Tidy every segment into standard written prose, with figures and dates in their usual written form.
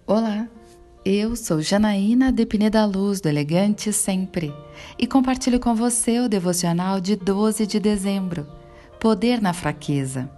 Olá, eu sou Janaína de Pineda Luz, do Elegante Sempre, e compartilho com você o devocional de 12 de dezembro, Poder na Fraqueza.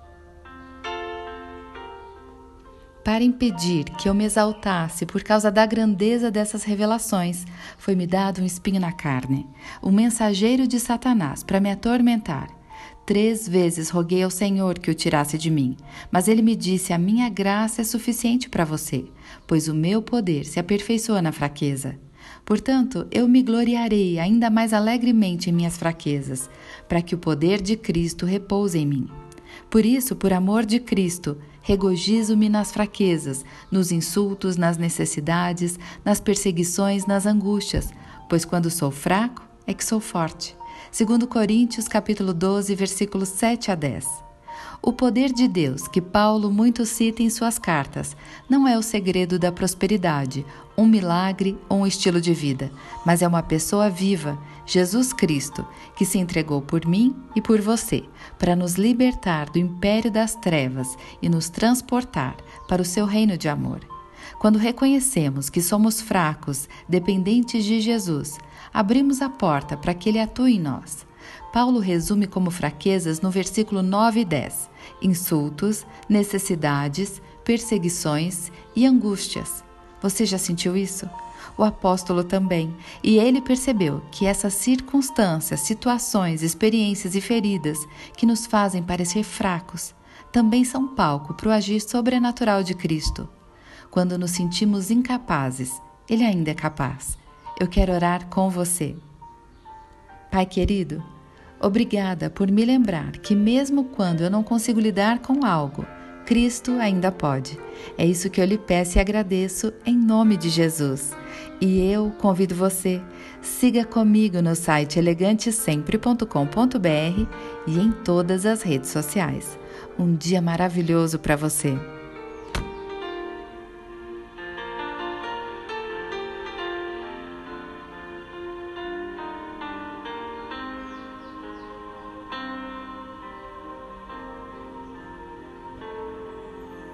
Para impedir que eu me exaltasse por causa da grandeza dessas revelações, foi-me dado um espinho na carne, um mensageiro de Satanás para me atormentar. 3 vezes roguei ao Senhor que o tirasse de mim, mas ele me disse: a minha graça é suficiente para você, pois o meu poder se aperfeiçoa na fraqueza. Portanto, eu me gloriarei ainda mais alegremente em minhas fraquezas, para que o poder de Cristo repouse em mim. Por isso, por amor de Cristo, regozijo-me nas fraquezas, nos insultos, nas necessidades, nas perseguições, nas angústias, pois quando sou fraco é que sou forte. 2 Coríntios capítulo 12, versículos 7 a 10. O poder de Deus, que Paulo muito cita em suas cartas, não é o segredo da prosperidade, um milagre ou um estilo de vida, mas é uma pessoa viva, Jesus Cristo, que se entregou por mim e por você, para nos libertar do império das trevas e nos transportar para o seu reino de amor. Quando reconhecemos que somos fracos, dependentes de Jesus, abrimos a porta para que Ele atue em nós. Paulo resume como fraquezas no versículo 9 e 10, insultos, necessidades, perseguições e angústias. Você já sentiu isso? O apóstolo também, e ele percebeu que essas circunstâncias, situações, experiências e feridas que nos fazem parecer fracos, também são palco para o agir sobrenatural de Cristo. Quando nos sentimos incapazes, Ele ainda é capaz. Eu quero orar com você. Pai querido, obrigada por me lembrar que mesmo quando eu não consigo lidar com algo, Cristo ainda pode. É isso que eu lhe peço e agradeço em nome de Jesus. E eu convido você, siga comigo no site elegantesempre.com.br e em todas as redes sociais. Um dia maravilhoso para você.